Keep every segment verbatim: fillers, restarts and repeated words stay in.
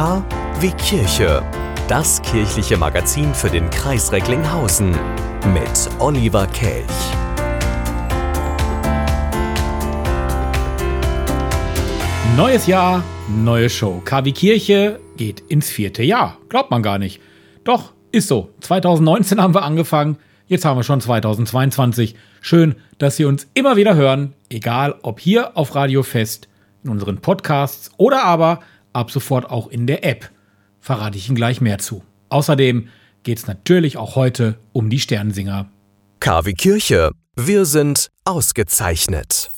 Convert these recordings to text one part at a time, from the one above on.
K wie Kirche, das kirchliche Magazin für den Kreis Recklinghausen mit Oliver Kelch. Neues Jahr, neue Show. K wie Kirche geht ins vierte Jahr. Glaubt man gar nicht. Doch, ist so. zwanzig neunzehn haben wir angefangen. Jetzt haben wir schon zwanzig zweiundzwanzig. Schön, dass Sie uns immer wieder hören. Egal, ob hier auf Radio Fest, in unseren Podcasts oder aber ab sofort auch in der App. Verrate ich Ihnen gleich mehr zu. Außerdem geht es natürlich auch heute um die Sternsinger. K wie Kirche. Wir sind ausgezeichnet.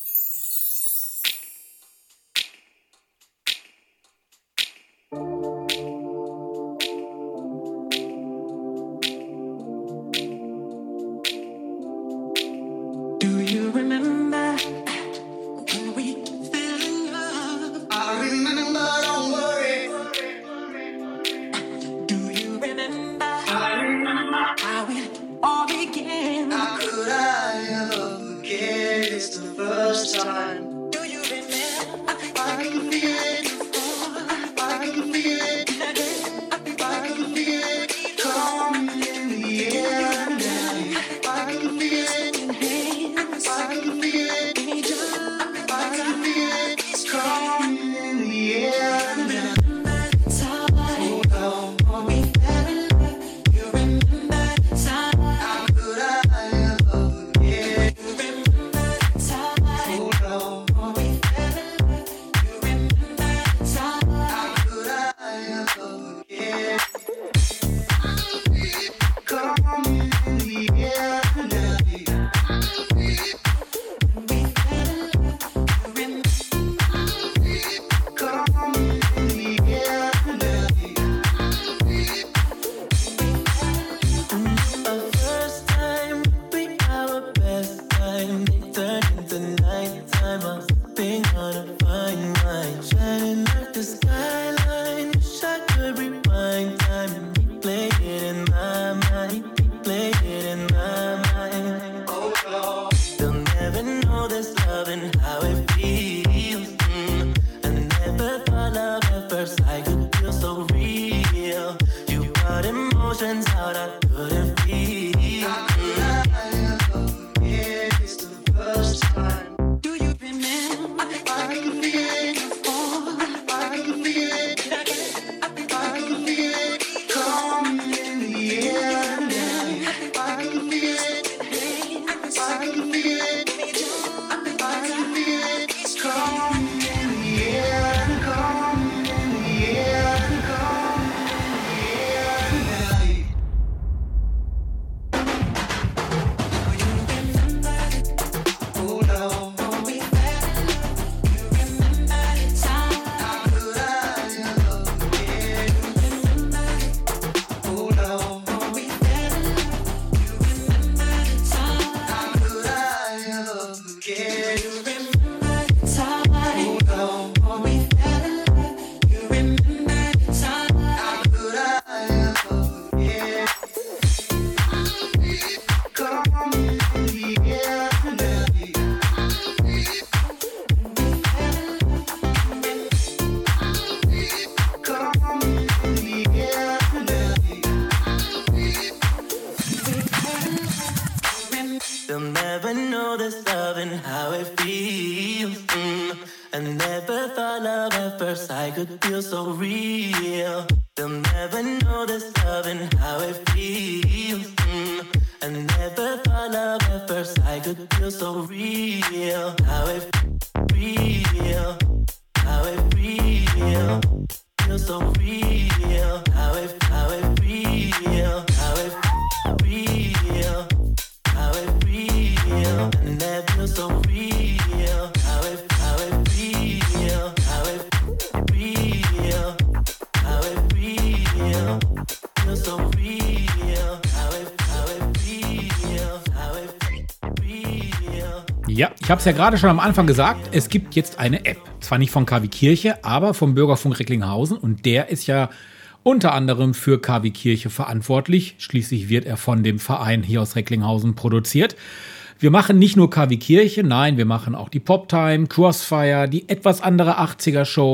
Ja, ich habe es ja gerade schon am Anfang gesagt, es gibt jetzt eine App. Zwar nicht von K wie Kirche, aber vom Bürgerfunk Recklinghausen. Und der ist ja unter anderem für K wie Kirche verantwortlich. Schließlich wird er von dem Verein hier aus Recklinghausen produziert. Wir machen nicht nur K wie Kirche, nein, wir machen auch die Poptime, Crossfire, die etwas andere achtziger Show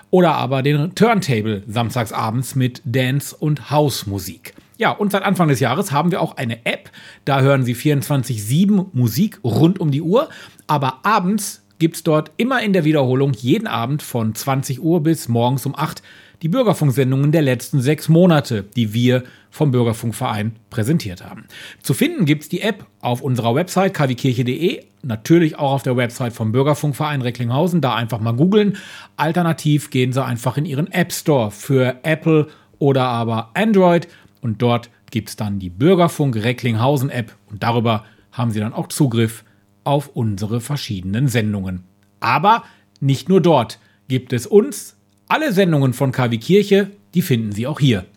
Oder aber den Turntable samstagsabends mit Dance- und House-Musik. Ja, und seit Anfang des Jahres haben wir auch eine App. Da hören Sie vierundzwanzig sieben Musik rund um die Uhr. Aber abends gibt es dort immer in der Wiederholung jeden Abend von zwanzig Uhr bis morgens um acht die Bürgerfunksendungen der letzten sechs Monate, die wir vom Bürgerfunkverein präsentiert haben. Zu finden gibt es die App auf unserer Website k w kirche punkt d e, natürlich auch auf der Website vom Bürgerfunkverein Recklinghausen, da einfach mal googeln. Alternativ gehen Sie einfach in Ihren App Store für Apple oder aber Android und dort gibt es dann die Bürgerfunk Recklinghausen App und darüber haben Sie dann auch Zugriff auf unsere verschiedenen Sendungen. Aber nicht nur dort gibt es uns. Alle Sendungen von K W Kirche, die finden Sie auch hier.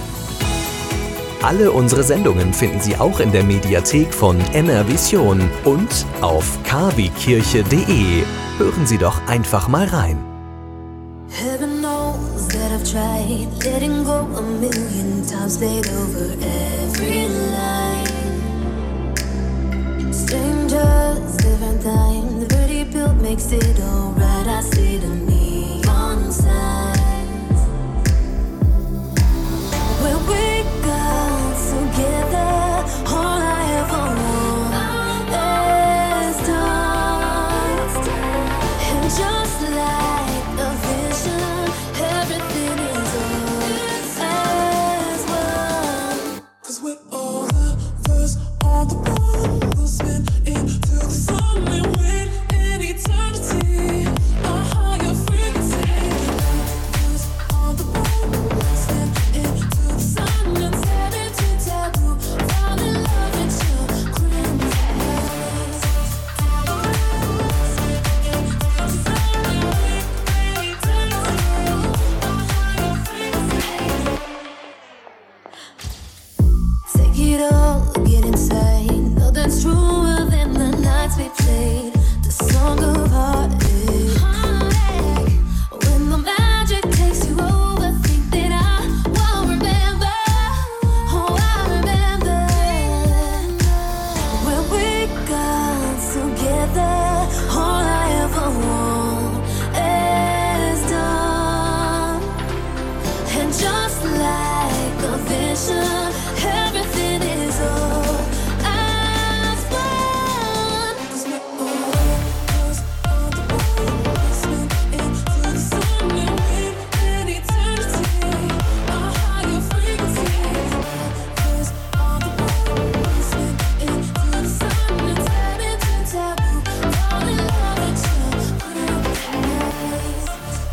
Alle unsere Sendungen finden Sie auch in der Mediathek von N R Vision und auf k w kirche punkt d e. Hören Sie doch einfach mal rein. Heaven knows that I've tried letting go a million times, played over every line. Strangers, different time. The pretty built makes it alright. I see the neon signs. When we got together, all I ever want is dust. And just like a vision, everything is all as one. 'Cause we're all the first on the wall. We'll spin into the sun and win in eternity. A higher frequency. First on the wall. We'll spin into the sun and turn into taboo. Fall in love with your crimson eyes. Take it all, get inside. Nothing's truer than the nights we played. The song of heartache. When the magic takes you over, think that I won't remember. Oh, I remember. When we got together, all I ever want is done. And just like a vision, everything is all as one. 'Cause we're all us on the wall. Spin into the sun and win in eternity. A higher frequency. First on the wall. Spin into the sun and turn into taboo. Fall in love with your crimson eyes.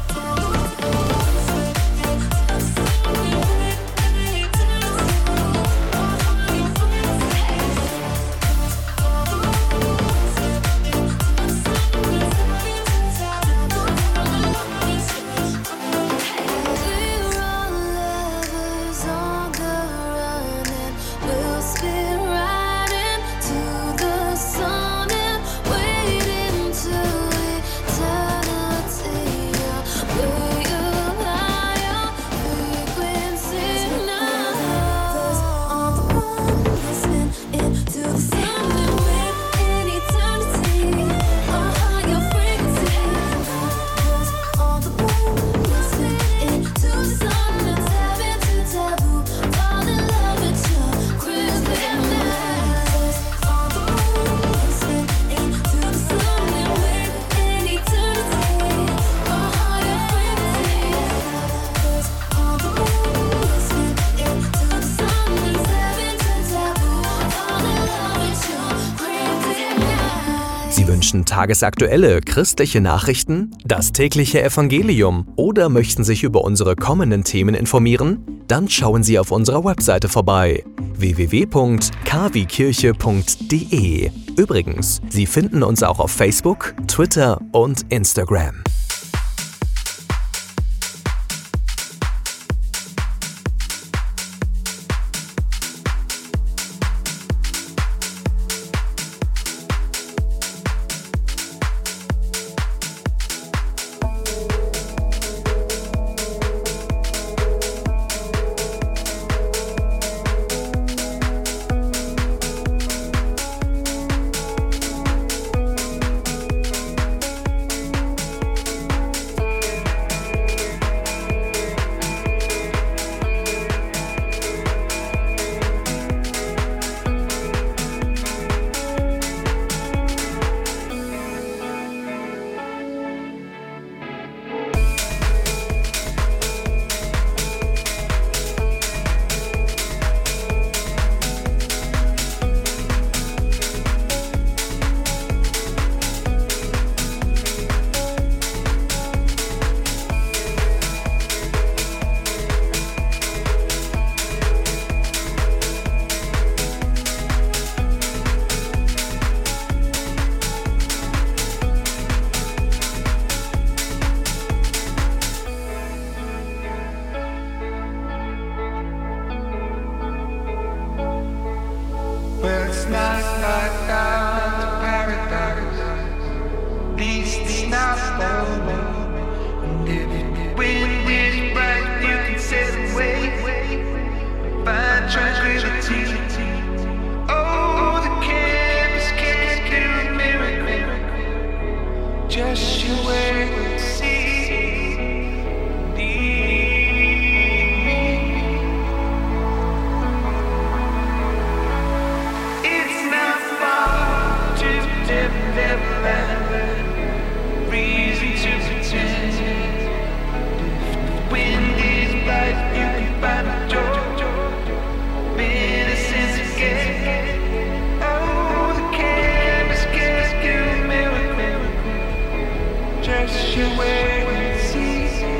We're all lovers on the run and we'll spin right into the sun and wait into eternity. Way up higher frequency now. On the run, we'll spin into the sun and wait in eternity. A higher frequency. On the run, we'll spin into the sun and tap into taboo. Fall in love with your crimson eyes. On the run, we'll spin into the sun and wait in eternity. A higher frequency. On the run, we'll spin into the sun and tap into taboo. Fall in love with your crimson eyes. Sie wünschen tagesaktuelle christliche Nachrichten, das tägliche Evangelium oder möchten sich über unsere kommenden Themen informieren? Dann schauen Sie auf unserer Webseite vorbei w w w punkt k w kirche punkt d e. Übrigens, Sie finden uns auch auf Facebook, Twitter und Instagram. Just you wait and see. It's not far to Neverland. Reason to pretend. Wind is bright, you can find a joy. Medicines again. Oh, the chemist can do a miracle. Just you wait and see.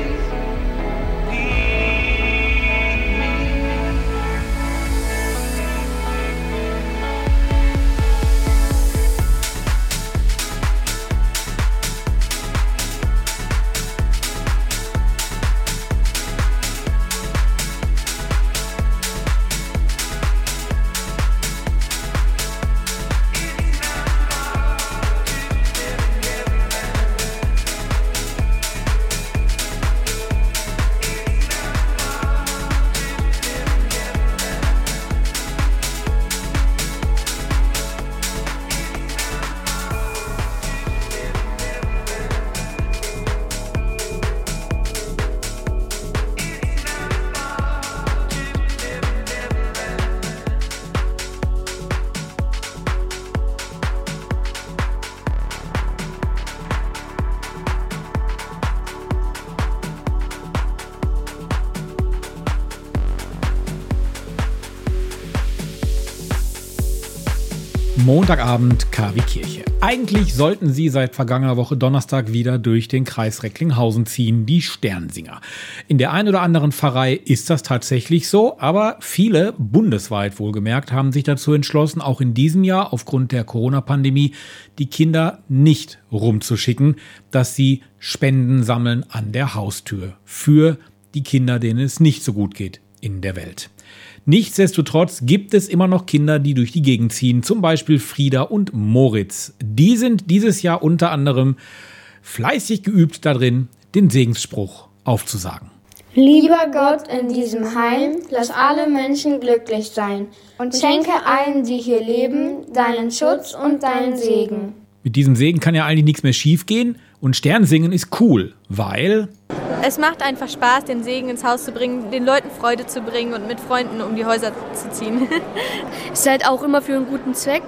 Montagabend K wie Kirche. Eigentlich sollten sie seit vergangener Woche Donnerstag wieder durch den Kreis Recklinghausen ziehen, die Sternsinger. In der einen oder anderen Pfarrei ist das tatsächlich so, aber viele, bundesweit wohlgemerkt, haben sich dazu entschlossen, auch in diesem Jahr aufgrund der Corona-Pandemie die Kinder nicht rumzuschicken, dass sie Spenden sammeln an der Haustür für die Kinder, denen es nicht so gut geht in der Welt. Nichtsdestotrotz gibt es immer noch Kinder, die durch die Gegend ziehen, zum Beispiel Frieda und Moritz. Die sind dieses Jahr unter anderem fleißig geübt darin, den Segensspruch aufzusagen. Lieber Gott, in diesem Heim, lass alle Menschen glücklich sein und schenke allen, die hier leben, deinen Schutz und deinen Segen. Mit diesem Segen kann ja eigentlich nichts mehr schief gehen und Sternsingen ist cool, weil es macht einfach Spaß, den Segen ins Haus zu bringen, den Leuten Freude zu bringen und mit Freunden um die Häuser zu ziehen. Es ist halt auch immer für einen guten Zweck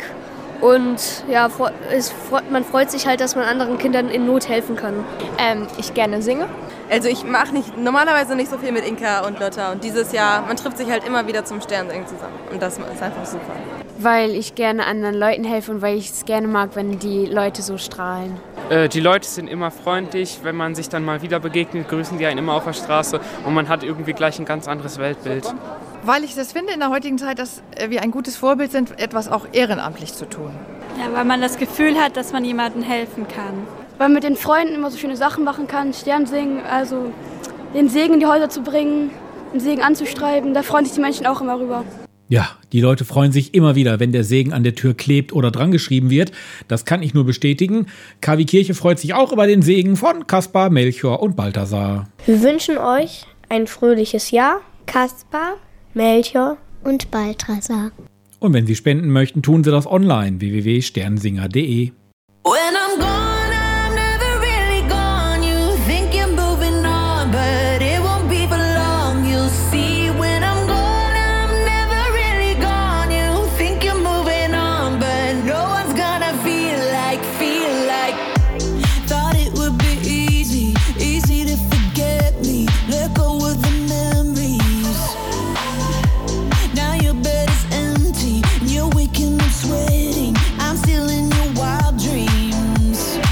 und ja, es, man freut sich halt, dass man anderen Kindern in Not helfen kann. Ähm, ich gerne singe. Also ich mache nicht, normalerweise nicht so viel mit Inka und Lotta und dieses Jahr, man trifft sich halt immer wieder zum Sternsingen zusammen und das ist einfach super. Weil ich gerne anderen Leuten helfe und weil ich es gerne mag, wenn die Leute so strahlen. Äh, die Leute sind immer freundlich, wenn man sich dann mal wieder begegnet, grüßen die einen immer auf der Straße und man hat irgendwie gleich ein ganz anderes Weltbild. Weil ich das finde in der heutigen Zeit, dass wir ein gutes Vorbild sind, etwas auch ehrenamtlich zu tun. Ja, weil man das Gefühl hat, dass man jemandem helfen kann. Weil man mit den Freunden immer so schöne Sachen machen kann, Sternsingen, also den Segen in die Häuser zu bringen, den Segen anzustreiben, da freuen sich die Menschen auch immer rüber. Ja, die Leute freuen sich immer wieder, wenn der Segen an der Tür klebt oder dran geschrieben wird. Das kann ich nur bestätigen. K wie Kirche freut sich auch über den Segen von Kaspar, Melchior und Balthasar. Wir wünschen euch ein fröhliches Jahr. Kaspar, Melchior und Balthasar. Und wenn Sie spenden möchten, tun Sie das online w w w punkt sternsinger punkt d e. When I'm gone, I'm never really gone. You think you're moving on, but it won't be for long. You'll see when I'm gone, I'm never really gone. You think you're moving on, but no one's gonna feel like, feel like. Thought it would be easy, easy to forget me. Let go of the memories. Now your bed is empty, and you're waking up sweating. I'm still in your wild dreams.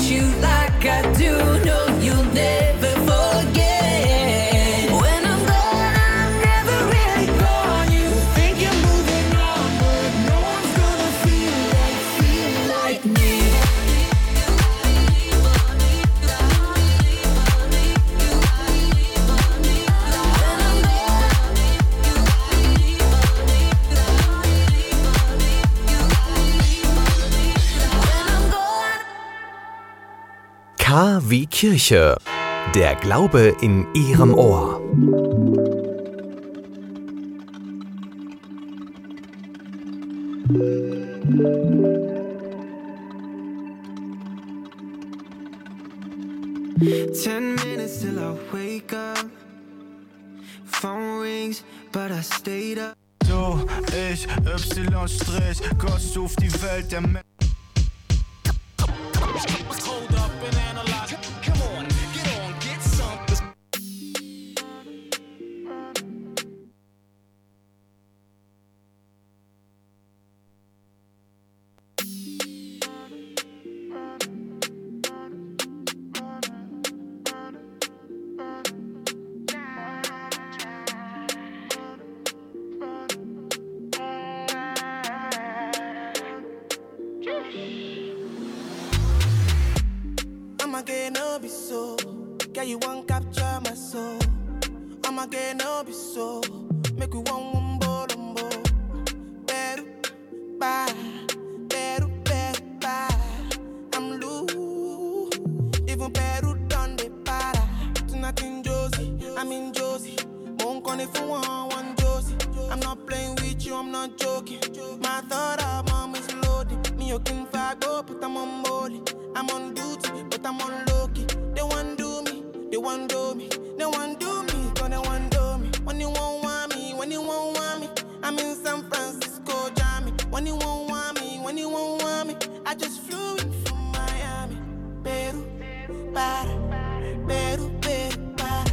you like I do. No, you'll never forget. When I'm gone, I'm never really gone. You think you're moving on, but no one's gonna feel like, feel like me. K wie Kirche. Der Glaube in Ihrem Ohr. Ten minutes till I wake up. Phone rings, but I stayed up. Du, ich, Y-Strich, Gott schuf die Welt der Menschen. I'ma get no be so. Girl, you won't capture my soul. I'ma get no be so. Make we one one bowl on bowl. Better, bye. Better, better, bye. I'm loose. Even better done the para. Tonight in Josie, I'm in Josie. Won't call it for one, one Josie. I'm not playing with you, I'm not joking. My thought of mom is loaded. Me, you can fight, go, but I'm on molly. I'm on duty, but I'm on low-key. They want do me, they want do me. They want do me, cause they want do me. When you won't want me, when you won't want me, I'm in San Francisco, Jammy. When you won't want me, when you won't want me, I just flew in from Miami. Peru, para, Peru, Peru, para.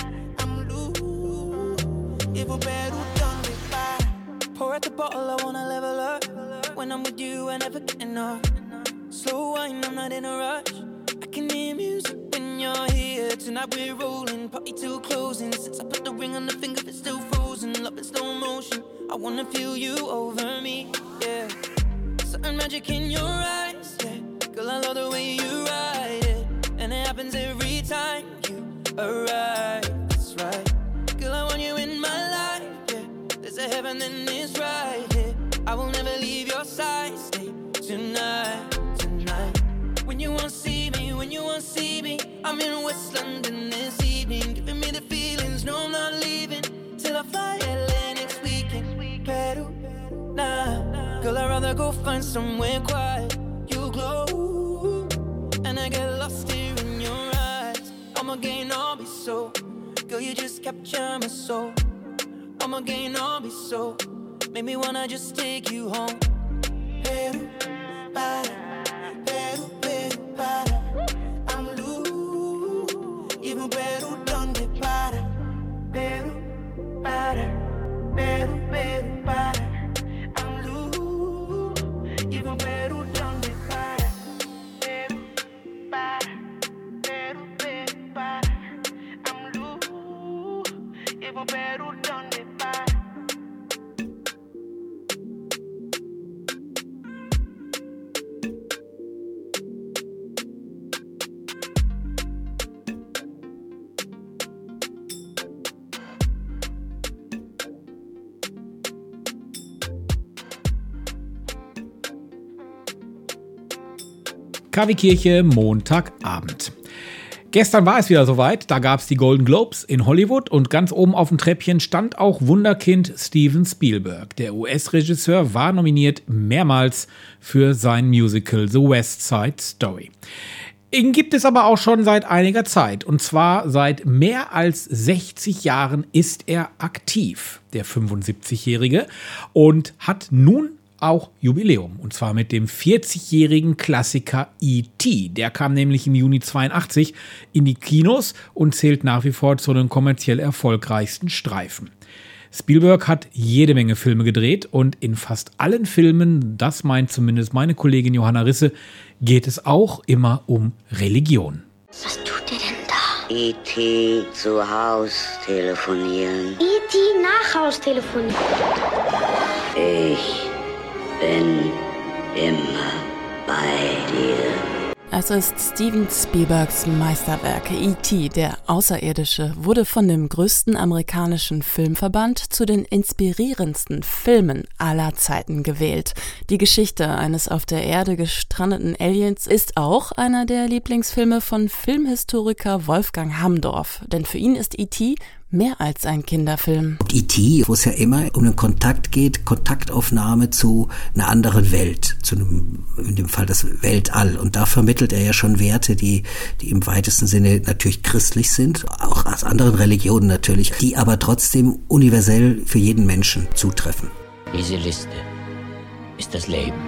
I'm loose, even Peru done me para. Pour out the bottle, I wanna level up. When I'm with you, I never get enough. Slow wine, I'm not in a rush. I can hear music when you're here. Tonight we're rolling, party till closing. Since I put the ring on the finger, it's still frozen. Love in slow motion, I wanna feel you over me, yeah. Certain magic in your eyes, yeah. Girl, I love the way you ride it. And it happens every time you arrive, that's right. Girl, I want you in my life, yeah. There's a heaven and it's right here. I will never leave your side, stay tonight. When you won't see me, when you won't see me, I'm in West London this evening, giving me the feelings, no I'm not leaving, till I fly L A next weekend. Peru, nah, girl I'd rather go find somewhere quiet. You glow, and I get lost here in your eyes. I'ma gain all be so, girl you just capture my soul. I'ma gain all be so, make me wanna just take you home. Peru, para. Peru, Peru, para. I'm loose. Even Peru done the para. Peru, para. Peru, Peru, para. I'm loose. Even Peru done the para. Peru, para. Peru, Peru, para. I'm loose. Even Peru done the para. K wie Kirche, Montagabend. Gestern war es wieder soweit, da gab es die Golden Globes in Hollywood und ganz oben auf dem Treppchen stand auch Wunderkind Steven Spielberg. Der U S-Regisseur war nominiert mehrmals für sein Musical The West Side Story. Ihn gibt es aber auch schon seit einiger Zeit und zwar seit mehr als sechzig Jahren ist er aktiv, der fünfundsiebzigjährige, und hat nun auch Jubiläum, und zwar mit dem vierzigjährigen Klassiker E T Der kam nämlich im Juni zweiundachtzig in die Kinos und zählt nach wie vor zu den kommerziell erfolgreichsten Streifen. Spielberg hat jede Menge Filme gedreht und in fast allen Filmen, das meint zumindest meine Kollegin Johanna Risse, geht es auch immer um Religion. Was tut ihr denn da? E T zu Haus telefonieren. E T nach Haus telefonieren. Ich bin immer bei dir. Es ist Steven Spielbergs Meisterwerk. E T, der Außerirdische, wurde von dem größten amerikanischen Filmverband zu den inspirierendsten Filmen aller Zeiten gewählt. Die Geschichte eines auf der Erde gestrandeten Aliens ist auch einer der Lieblingsfilme von Filmhistoriker Wolfgang Hamdorf. Denn für ihn ist E T mehr als ein Kinderfilm. E T, wo es ja immer um den Kontakt geht, Kontaktaufnahme zu einer anderen Welt, zu einem, in dem Fall das Weltall. Und da vermittelt er ja schon Werte, die, die im weitesten Sinne natürlich christlich sind, auch aus anderen Religionen natürlich, die aber trotzdem universell für jeden Menschen zutreffen. Diese Liste ist das Leben.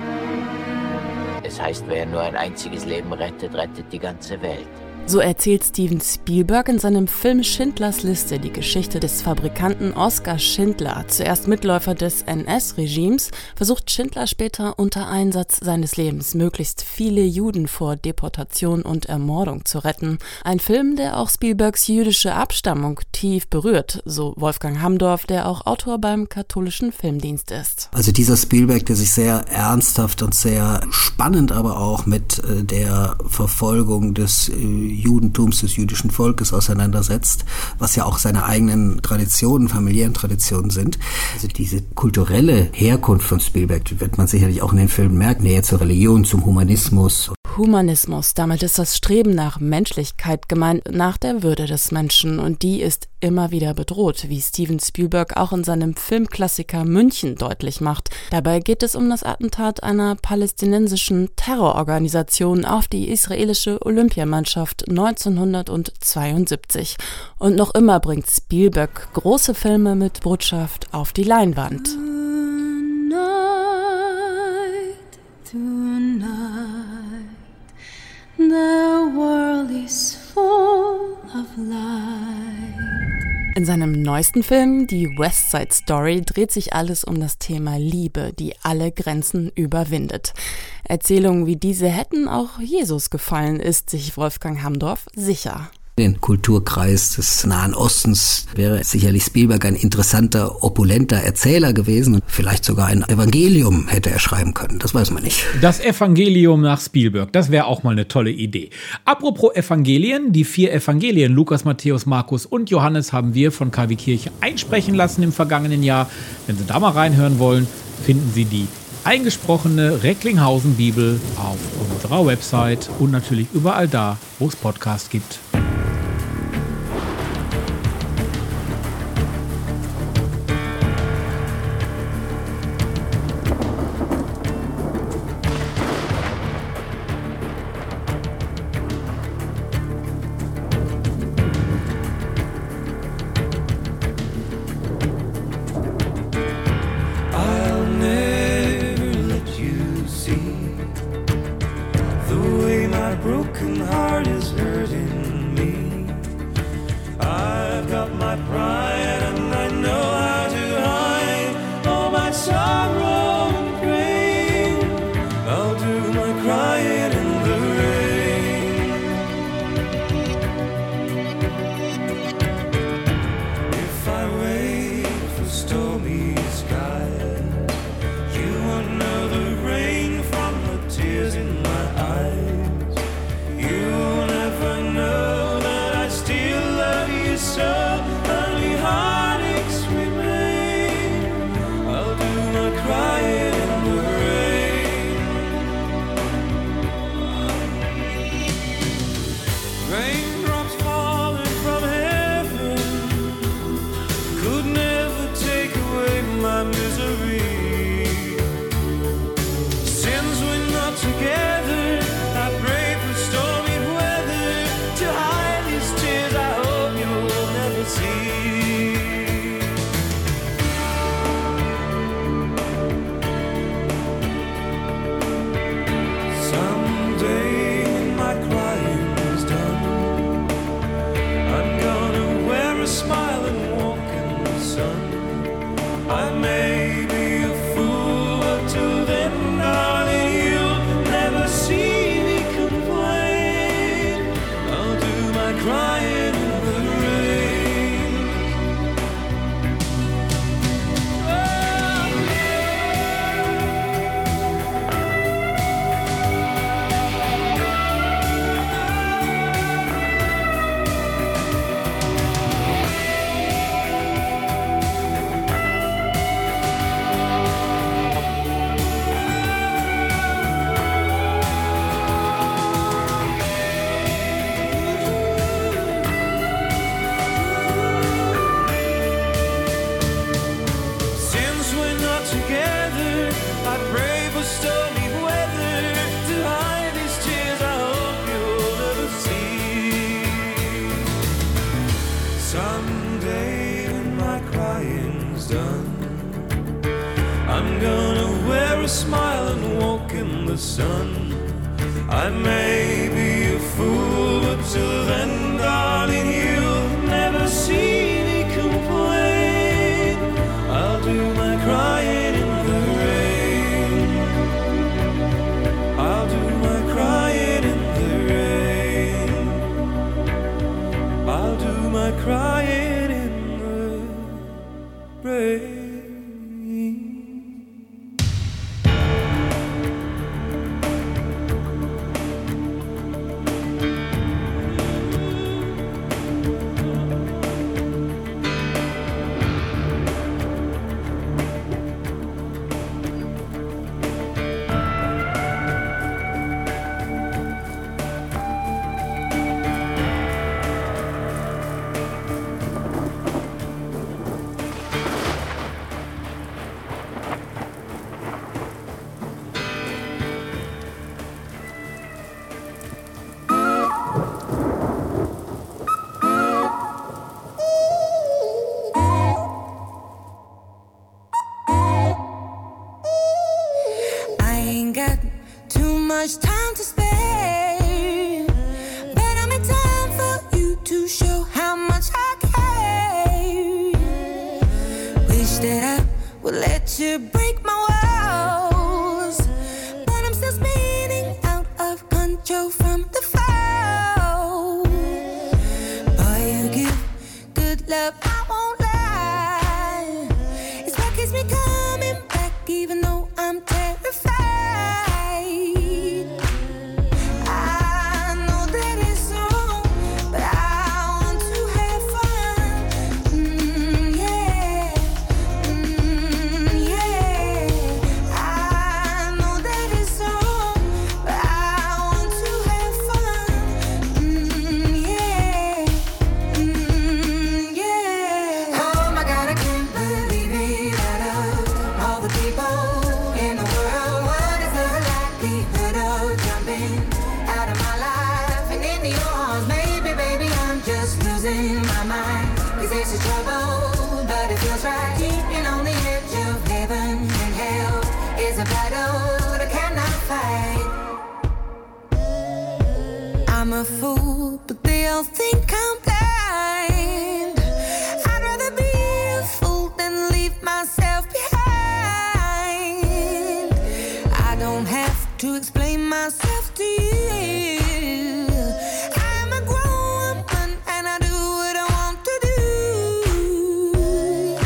Es heißt, wer nur ein einziges Leben rettet, rettet die ganze Welt. So erzählt Steven Spielberg in seinem Film Schindlers Liste die Geschichte des Fabrikanten Oskar Schindler. Zuerst Mitläufer des N S-Regimes, versucht Schindler später unter Einsatz seines Lebens möglichst viele Juden vor Deportation und Ermordung zu retten. Ein Film, der auch Spielbergs jüdische Abstammung tief berührt, so Wolfgang Hamdorf, der auch Autor beim katholischen Filmdienst ist. Also dieser Spielberg, der sich sehr ernsthaft und sehr spannend aber auch mit äh, der Verfolgung des äh, Judentums, des jüdischen Volkes auseinandersetzt, was ja auch seine eigenen Traditionen, familiären Traditionen sind. Also diese kulturelle Herkunft von Spielberg, die wird man sicherlich auch in den Filmen merken, näher zur Religion, zum Humanismus. Humanismus, damit ist das Streben nach Menschlichkeit gemeint, nach der Würde des Menschen, und die ist immer wieder bedroht, wie Steven Spielberg auch in seinem Filmklassiker München deutlich macht. Dabei geht es um das Attentat einer palästinensischen Terrororganisation auf die israelische Olympiamannschaft neunzehnhundertzweiundsiebzig. Und noch immer bringt Spielberg große Filme mit Botschaft auf die Leinwand. Tonight, the world is full of light. In seinem neuesten Film, die West Side Story, dreht sich alles um das Thema Liebe, die alle Grenzen überwindet. Erzählungen wie diese hätten auch Jesus gefallen, ist sich Wolfgang Hamdorf sicher. Den Kulturkreis des Nahen Ostens wäre sicherlich Spielberg ein interessanter, opulenter Erzähler gewesen. Und vielleicht sogar ein Evangelium hätte er schreiben können, das weiß man nicht. Das Evangelium nach Spielberg, das wäre auch mal eine tolle Idee. Apropos Evangelien, die vier Evangelien, Lukas, Matthäus, Markus und Johannes, haben wir von K W Kirche einsprechen lassen im vergangenen Jahr. Wenn Sie da mal reinhören wollen, finden Sie die eingesprochene Recklinghausen-Bibel auf unserer Website und natürlich überall da, wo es Podcasts gibt. Broken heart is hurting smile and walk in the sun. I may be a fool, but till then, darling, you'll never see me complain. I'll do my crying in the rain. I'll do my crying in the rain. I'll do my crying in the rain. Much time to spare, but I'm in time for you to show how much I care. Wish that I would let you break my walls, but I'm still spinning out of control from the fall. Boy, you give good love, I won't lie. It's what keeps me coming back, even though I'm terrified. I'm a fool, but they all think I'm blind. I'd rather be a fool than leave myself behind. I don't have to explain myself to you. I'm a grown woman and I do what I want to do.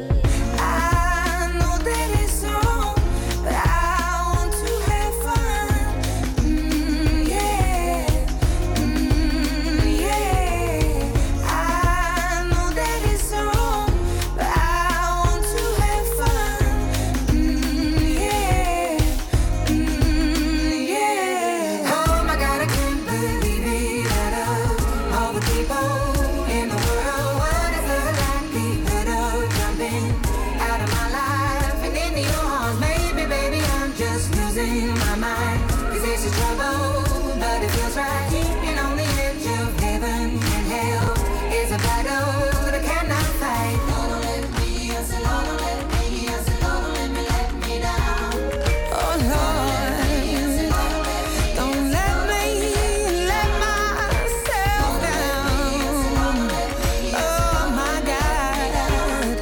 I know that it's wrong, but I want to have fun. Mm, yeah. Mm, yeah. I know that it's wrong, but I want to have fun. Mm, yeah. Mm, yeah. Oh my God, I can't believe it at all. All the people in the world, what is the likelihood of jumping out of my life and into your arms? Maybe, baby, I'm just losing my mind. 'Cause this is trouble, but it feels right. Keeping on the edge of heaven and hell is a battle that I cannot fight. Lord, don't let me, I said, Lord, don't let me, I said, Lord, don't let me let me down. Oh Lord, don't let me let myself down. Oh my God.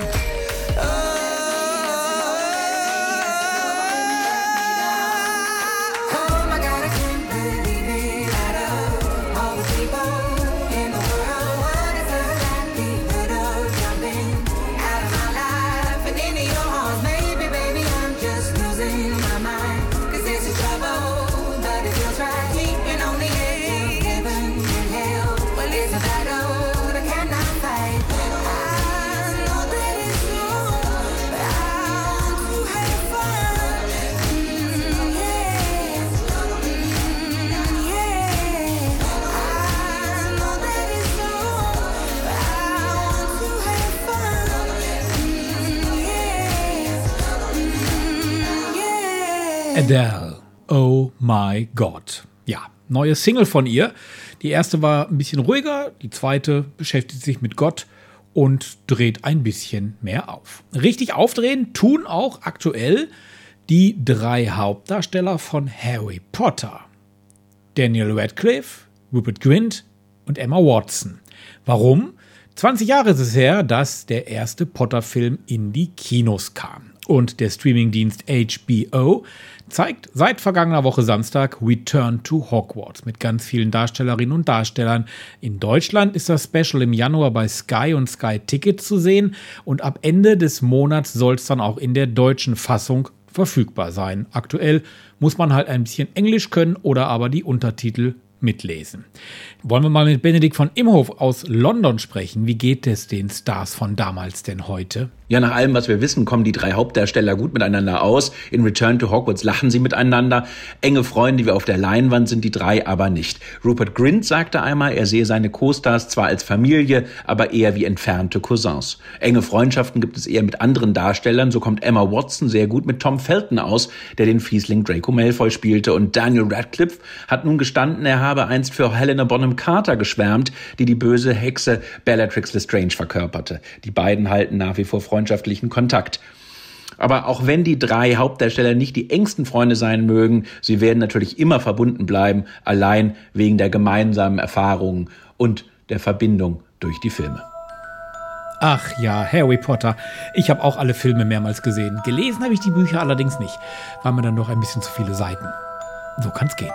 Oh my God, I can't believe it at all. All the people in the world, what is the likelihood of jumping out of my life and into your arms? Maybe, baby, I'm just losing my mind. 'Cause this is trouble, but it feels right. Keeping on the edge of heaven and hell. Well, it's a battle that I cannot fight. I know that it's wrong, but I want to have fun. Mm, yeah. Mm, yeah. I know that it's wrong, but I want to have fun. Mm, yeah. Mm, yeah. Adele, Oh My God. Ja, neue Single von ihr. Die erste war ein bisschen ruhiger, die zweite beschäftigt sich mit Gott und dreht ein bisschen mehr auf. Richtig aufdrehen tun auch aktuell Die drei Hauptdarsteller von Harry Potter. Daniel Radcliffe, Rupert Grint und Emma Watson. Warum? zwanzig Jahre ist es her, dass der erste Potter-Film in die Kinos kam. Und der Streamingdienst H B O zeigt seit vergangener Woche Samstag Return to Hogwarts mit ganz vielen Darstellerinnen und Darstellern. In Deutschland ist das Special im Januar bei Sky und Sky Ticket zu sehen und ab Ende des Monats soll es dann auch in der deutschen Fassung verfügbar sein. Aktuell muss man halt ein bisschen Englisch können oder aber die Untertitel mitlesen. Wollen wir mal mit Benedikt von Imhof aus London sprechen. Wie geht es den Stars von damals denn heute? Ja, nach allem, was wir wissen, kommen die drei Hauptdarsteller gut miteinander aus. In Return to Hogwarts lachen sie miteinander. Enge Freunde wie auf der Leinwand sind die drei aber nicht. Rupert Grint sagte einmal, er sehe seine Co-Stars zwar als Familie, aber eher wie entfernte Cousins. Enge Freundschaften gibt es eher mit anderen Darstellern. So kommt Emma Watson sehr gut mit Tom Felton aus, der den Fiesling Draco Malfoy spielte. Und Daniel Radcliffe hat nun gestanden, er habe einst für Helena Bonham Carter geschwärmt, die die böse Hexe Bellatrix Lestrange verkörperte. Die beiden halten nach wie vor freundschaftlichen Kontakt. Aber auch wenn die drei Hauptdarsteller nicht die engsten Freunde sein mögen, sie werden natürlich immer verbunden bleiben, allein wegen der gemeinsamen Erfahrungen und der Verbindung durch die Filme. Ach ja, Harry Potter. Ich habe auch alle Filme mehrmals gesehen. Gelesen habe ich die Bücher allerdings nicht. Waren mir dann doch ein bisschen zu viele Seiten. So kann's gehen.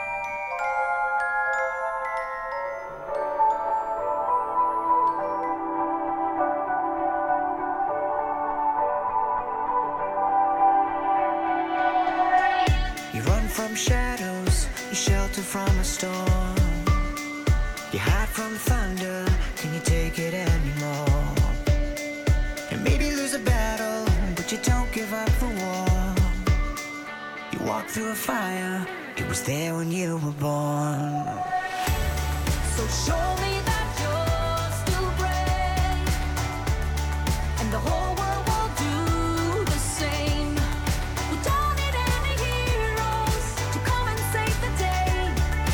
You run from shadows, you shelter from a storm. You hide from thunder, can you take it anymore? And maybe lose a battle, but you don't give up the war. You walk through a fire, it was there when you were born. So show me that you're still brave, and the whole world will do the same. We don't need any heroes to come and save the day.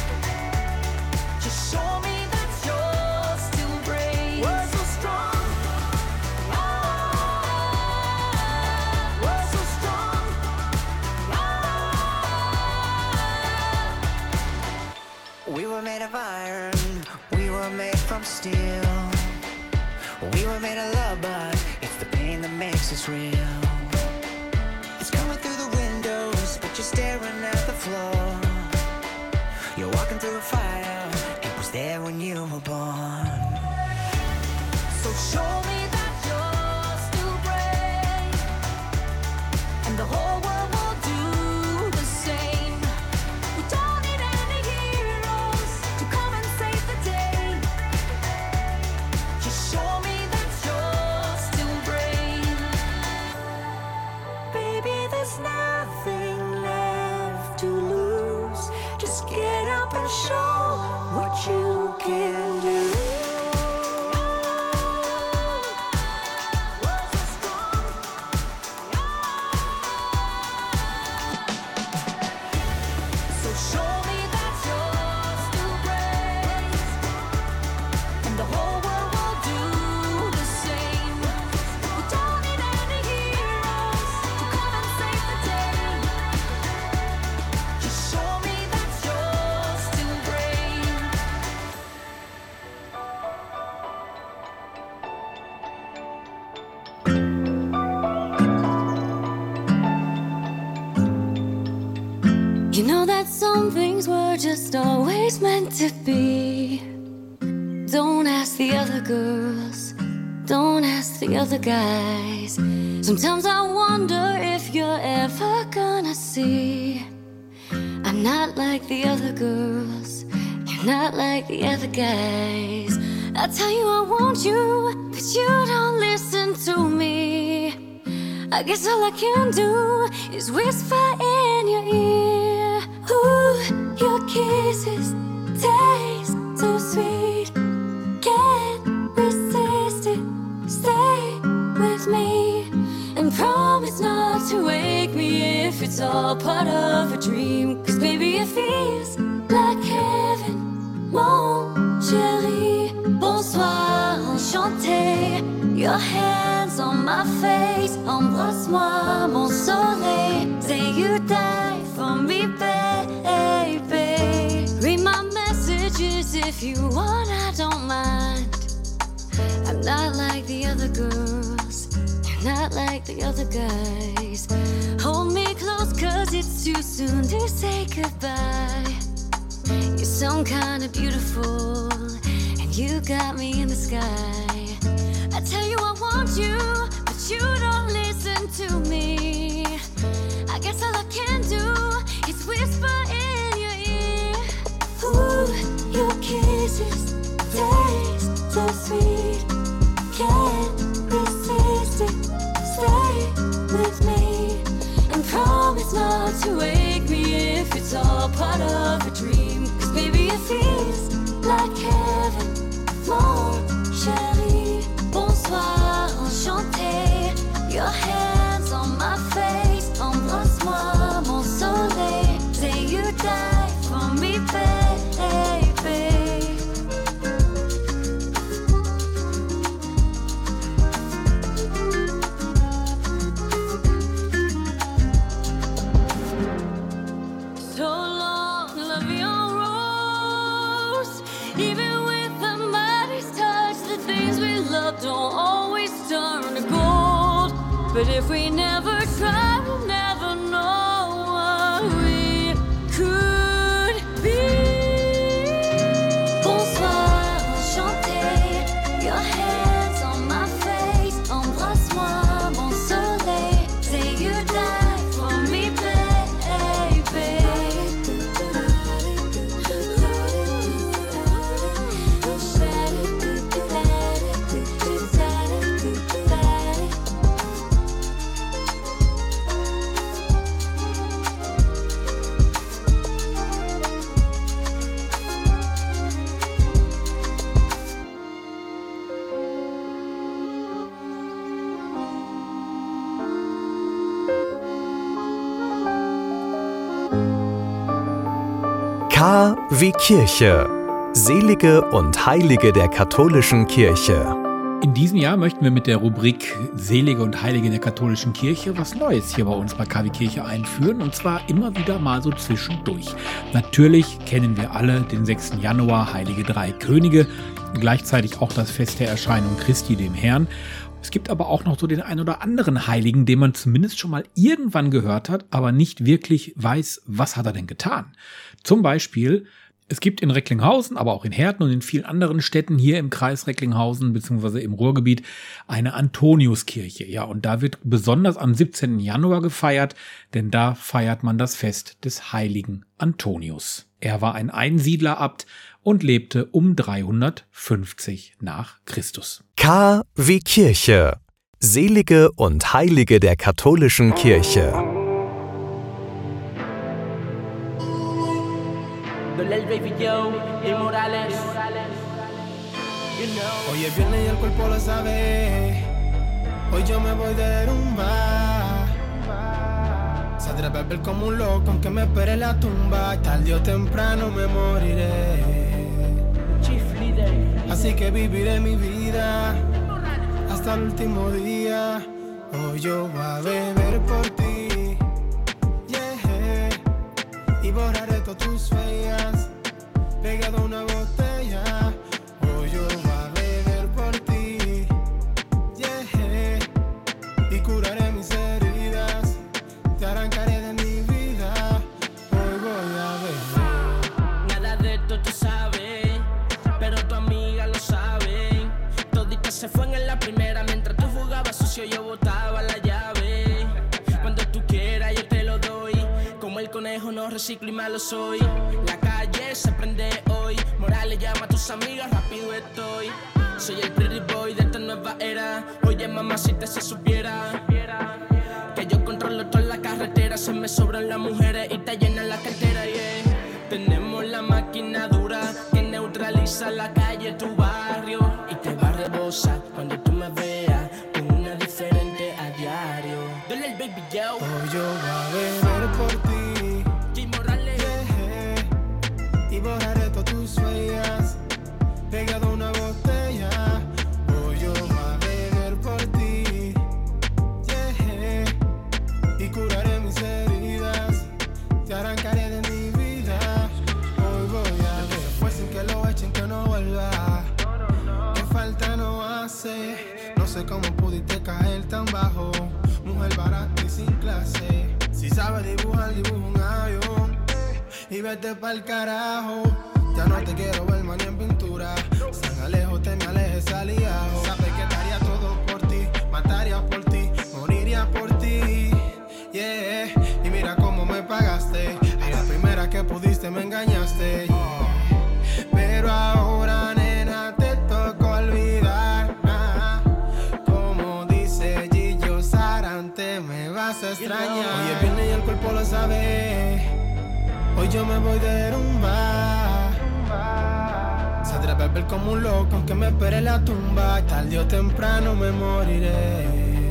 Just show me that you're still brave. We're so strong. We're so strong. We were made of iron. We were made from steel. We were made of love, but it's the pain that makes us real. It's coming through the windows, but you're staring at the floor. You're walking through a fire, it was there when you were born. So show me that you're still brave, and the whole world will do the same. We don't need any heroes to come and save the day. Just show me that you're still brave. Baby, there's nothing left to lose. Just get up and show what you can do. So show me that you're still brave, and the whole world will do the same. We don't need any heroes to come and save the day. Just show me that you're still brave. You know that some things were just always meant to be. Don't ask the other girls, don't ask the other guys. Sometimes I wonder if you're ever gonna see. I'm not like the other girls, you're not like the other guys. I tell you I want you, but you don't listen to me. I guess all I can do is whisper in your ear. Ooh, your kisses taste so sweet. Can't resist it. Stay with me and promise not to wake me if it's all part of a dream. Cause baby it feels like heaven, mon chéri. Bonsoir, enchanté. Your hands on my face, embrasse-moi, mon soleil. Say you die for me, baby. Read my messages if you want, I don't mind. I'm not like the other girls, you're not like the other guys. Hold me close cause it's too soon to say goodbye. You're some kind of beautiful, and you got me in the sky. I tell you I want you, but you don't listen to me. I guess all I can do is whisper in your ear. Ooh, your kisses taste so sweet. Can't resist it. Stay with me and promise not to wake me if it's all part of a dream. Cause baby it feels like heaven, mon chéri. Bonsoir, enchanté. Your hands on my face, embrasse-moi, mon soleil. Say you die for me, baby. So long, love your rose. Even with the mightiest touch, the things we love don't always turn to gold. But if we never try, we'll never know what we could be. Bonsoir, enchanté. Your hands on my face, embrasse-moi, mon soleil. Say you die for me, baby. K wie Kirche. Selige und Heilige der katholischen Kirche. In diesem Jahr möchten wir mit der Rubrik Selige und Heilige der katholischen Kirche was Neues hier bei uns bei K wie Kirche einführen, und zwar immer wieder mal so zwischendurch. Natürlich kennen wir alle den sechsten Januar, Heilige Drei Könige, gleichzeitig auch das Fest der Erscheinung Christi dem Herrn. Es gibt aber auch noch so den ein oder anderen Heiligen, den man zumindest schon mal irgendwann gehört hat, aber nicht wirklich weiß, was hat er denn getan. Zum Beispiel, es gibt in Recklinghausen, aber auch in Herten und in vielen anderen Städten hier im Kreis Recklinghausen bzw. im Ruhrgebiet eine Antoniuskirche. Ja, und da wird besonders am siebzehnten Januar gefeiert, denn da feiert man das Fest des heiligen Antonius. Er war ein Einsiedlerabt und lebte um dreihundertfünfzig nach Christus. K wie Kirche. Selige und Heilige der katholischen Kirche. Hoy es viernes y el cuerpo lo sabe. Hoy yo me voy de rumba. Saldré a beber como un loco aunque me espere la tumba. Tarde o temprano me moriré. Así que viviré mi vida hasta el último día. Hoy yo voy a beber por ti, yeah. Y borraré todas tus huellas, pegado a una botella. Hoy yo voy a beber por ti, yeah. Y curaré mis heridas, te arrancaré de mi vida. Hoy voy a beber. Nada de esto tú sabes, pero tu amiga lo sabe. Todita se fue en la primera, mientras tú jugabas sucio yo botaba la llave. Cuando tú quieras yo te lo doy, como el conejo no reciclo y malo soy. La calle se prende hoy, Morales llama a tus amigas, rápido estoy. Soy el pretty boy de esta nueva era. Oye mamá, si te se supiera que yo controlo toda la carretera. Se me sobran las mujeres y te llenan la cartera, yeah. Tenemos la máquina dura que neutraliza la calle, tu barrio, y te va a rebosar cuando tú me veas con una diferente a diario. Dale el baby yo. Hoy yo voy a beber por ti, J Morales, yeah. Y borraré todas tus huellas, pegado a una botella. Hoy yo voy a beber mal dibujo un avión y vete pa'l carajo. Ya no te quiero ver más ni en pintura. San Alejo, te me alejes, aliado. Sabes que daría todo por ti, mataría por ti, moriría por ti. Yeah, y mira cómo me pagaste. A la primera que pudiste me engañaste. Yeah. Pero ahora, nena, te toca olvidar. Ah, como dice Gillo Sarante, me vas a extrañar. Hoy es viernes y el cuerpo lo sabe. Hoy yo me voy de rumba. Saldré a beber como un loco aunque me espere la tumba. Tarde o temprano me moriré.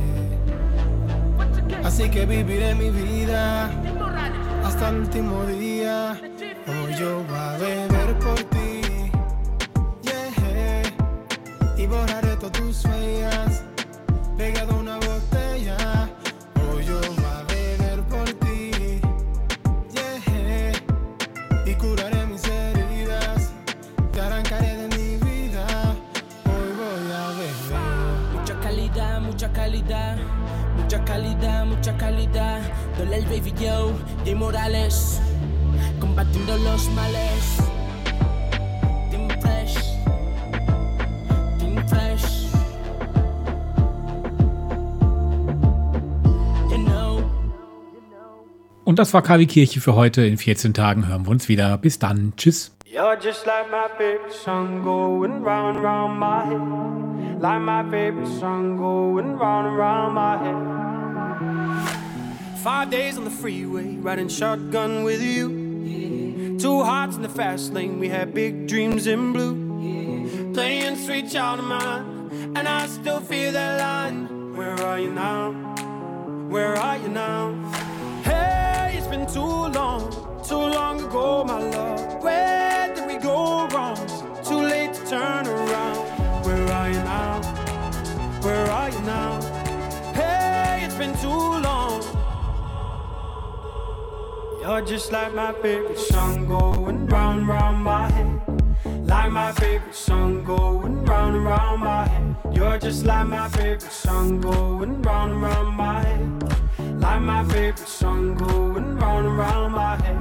Así que viviré mi vida hasta el último día. Hoy yo voy a beber por ti, yeah. Y borraré todas tus huellas pegado a una botella. Hoy yo voy a beber por ti, yeah. Y curaré mis heridas, te arrancaré de mi vida. Hoy voy a beber. Mucha calidad, mucha calidad. Mucha calidad, mucha calidad. Dole el baby yo, Jay Morales, combatiendo los males. Team Fresh, Team Fresh. You know. Und das war Kavi Kirche für heute. In vierzehn Tagen hören wir uns wieder. Bis dann. Tschüss. You're just like my favorite song going round and round my head. Like my favorite song going round and round my head. Five days on the freeway, riding shotgun with you. Yeah. Two hearts in the fast lane, we had big dreams in blue. Yeah. Playing sweet child of mine, and I still feel that line. Where are you now? Where are you now? Hey, it's been too long, too long ago, my love. Where did we go wrong? Too late to turn around. Where are you now? Where are you now? Hey, it's been too long. You're just like my favorite song going round and round my head. Like my favorite song going round and round my head. You're just like my favorite song going round and round my head. Like my favorite song going round and round my head.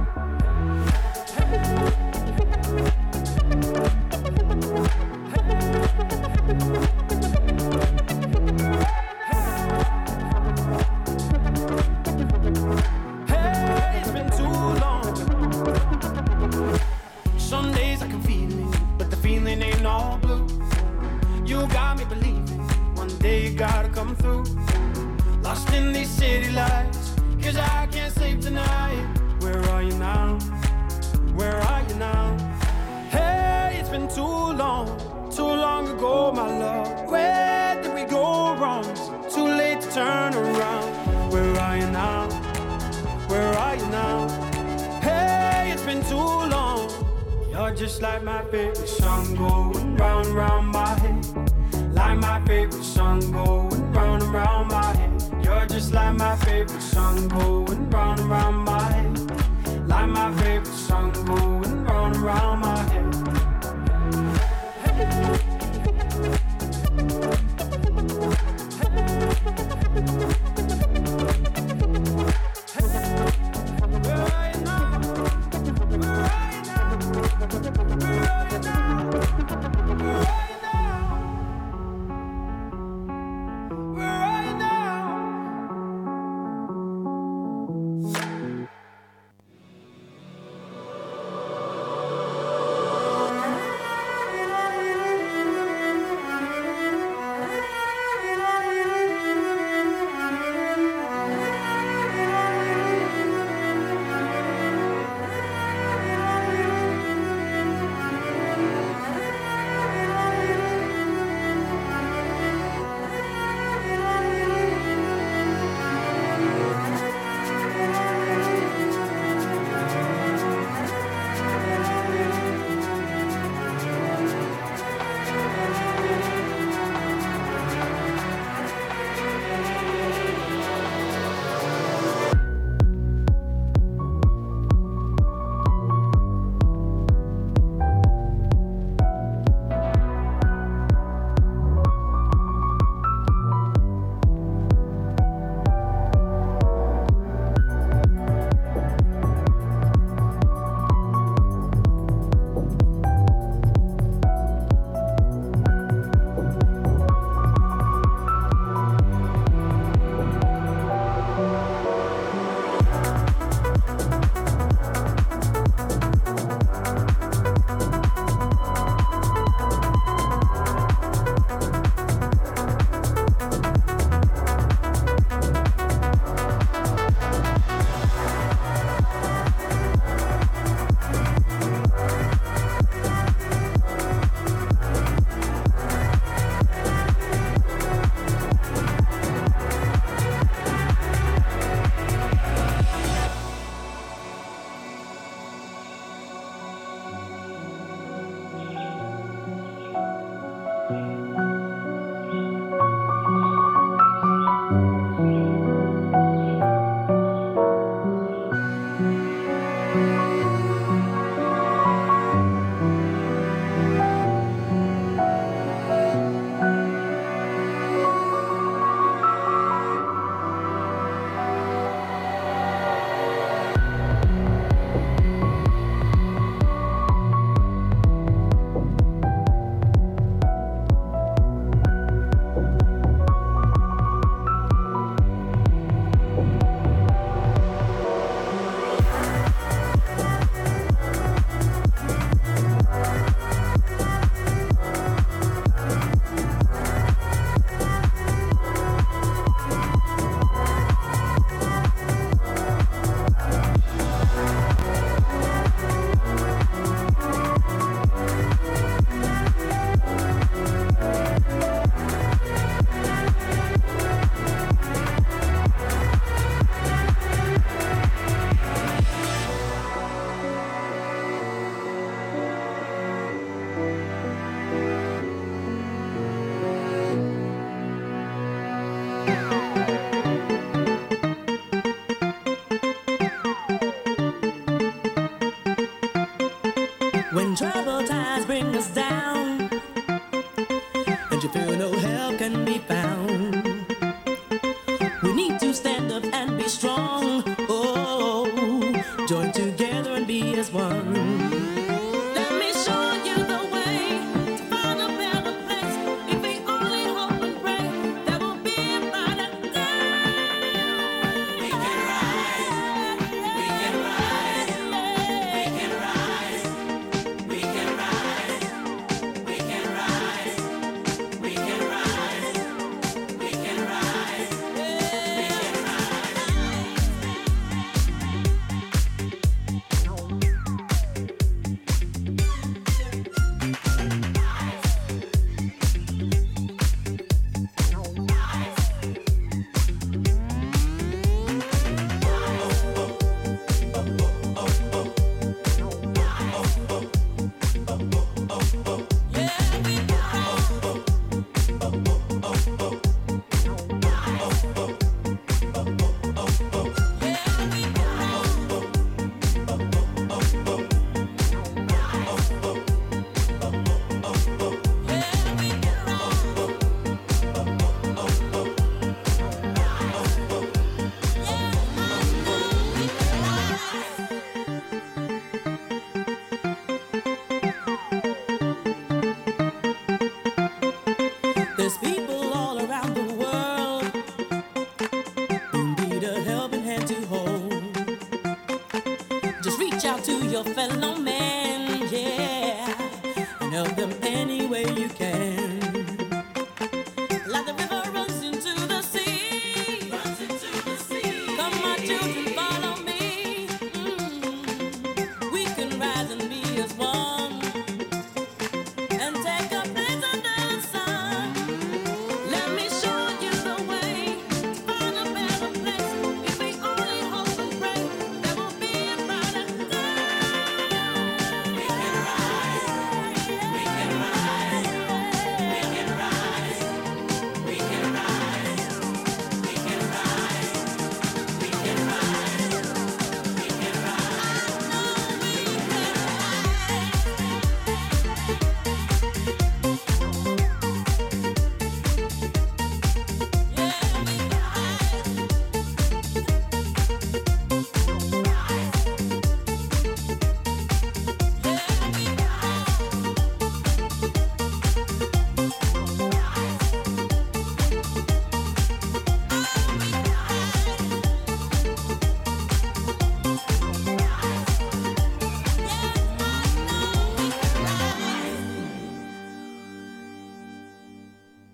Gotta come through. Lost in these city lights, cause I can't sleep tonight. Where are you now? Where are you now? Hey, it's been too long, too long ago, my love. Where did we go wrong? Too late to turn around. Where are you now? Where are you now? Hey, it's been too long. You're just like my favorite song going round and round my head. Like my favorite song going round and round my head. You're just like my favorite song going round and round my head. Like my favorite song going round and round my head. When troubled times bring us down and you feel no help can be found, we need to stand up and be strong. Oh, join together and be as one. Let me show you the way to find a better place. If we only hope and pray, there will be a brighter day. We can rise, we can rise, we can rise, we can rise, we can rise, we can rise, we can rise, we can rise. There's people all around the world who need a helping hand to hold. Just reach out to your fellow man.